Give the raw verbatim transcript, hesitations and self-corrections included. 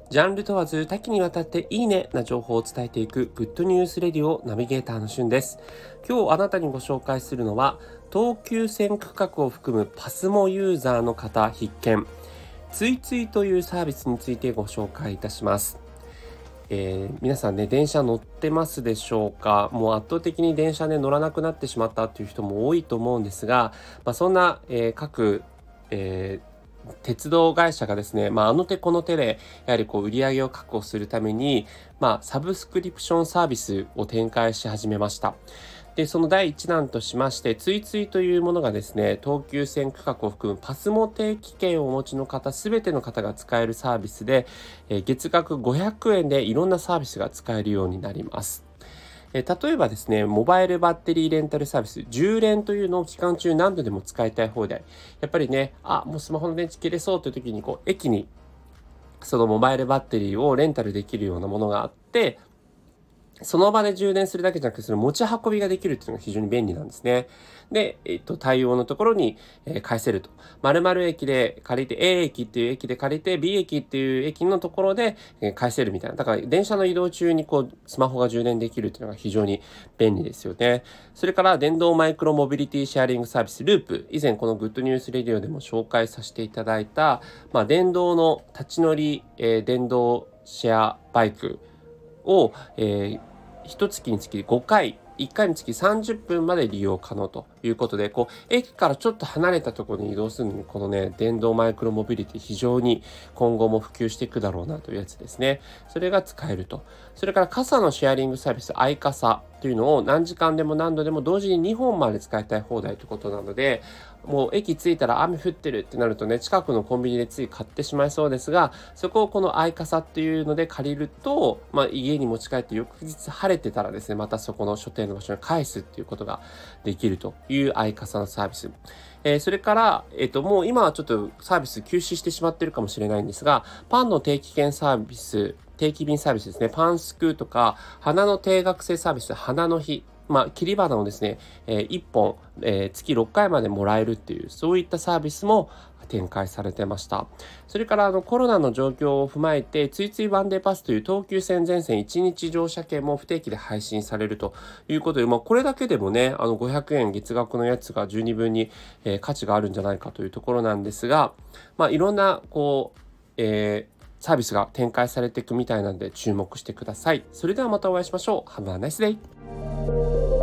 ジャンル問わず多岐にわたっていいねな情報を伝えていくグッドニュースレディオナビゲーターのしゅんです。今日あなたにご紹介するのは、東急線区画を含むパスモユーザーの方必見、ついついというサービスについてご紹介いたします。えー、皆さんね、電車乗ってますでしょうか？もう圧倒的に電車ね、乗らなくなってしまったという人も多いと思うんですが、まあ、そんな、えー各、えー鉄道会社がですね、まあ、あの手この手でやはりこう売り上げを確保するために、まあ、サブスクリプションサービスを展開し始めました。で、その第一弾としまして、ついついというものがですね、東急線区画を含むパスモ定期券をお持ちの方、すべての方が使えるサービスで、えー月額ごひゃくえんでいろんなサービスが使えるようになります。えー例えばですね、モバイルバッテリーレンタルサービス、じゅう連というのを期間中何度でも使いたい放題。やっぱりね、あ、もうスマホの電池切れそうという時に、こう、駅にそのモバイルバッテリーをレンタルできるようなものがあって、その場で充電するだけじゃなくて、その持ち運びができるっていうのが非常に便利なんですね。で、えっと、対応のところに、えー返せると。〇〇駅で借りて、A 駅っていう駅で借りて、B 駅っていう駅のところで、えー返せるみたいな。だから、電車の移動中にこう、スマホが充電できるっていうのが非常に便利ですよね。それから、電動マイクロモビリティシェアリングサービス、ループ。以前、このグッドニュースレディオでも紹介させていただいた、まあ、電動の立ち乗り、えー電動シェアバイクを、えー一月につきごかい、いっかいにつきさんじゅっぷんまで利用可能ということで、こう、駅からちょっと離れたところに移動するのに、このね、電動マイクロモビリティ非常に今後も普及していくだろうなというやつですね。それが使えると。それから傘のシェアリングサービス、アイカサというのを何時間でも何度でも同時ににほんまで使いたい放題ということなので、もう駅着いたら雨降ってるってなるとね、近くのコンビニでつい買ってしまいそうですが、そこをこのアイカサっていうので借りると、まあ、家に持ち帰って翌日晴れてたらですね、またそこの所定の場所に返すっていうことができるというアイカサのサービス。えーそれから、えっと、もう今はちょっとサービス休止してしまってるかもしれないんですが、パンの定期券サービス、定期便サービスですね、パンスクとか、花の定額制サービス、花の日、まあ、切り花をですね、えー、いっぽん、えー月ろっかいまでもらえるっていう、そういったサービスも展開されてました。それからあのコロナの状況を踏まえて、ついついワンデーパスという東急線全線いちにち乗車券も不定期で配信されるということで、まあ、これだけでもね、あのごひゃくえん月額のやつが十二分に、えー価値があるんじゃないかというところなんですが、まあ、いろんなこう、えーサービスが展開されていくみたいなので注目してください。それではまたお会いしましょう。Have a nice day!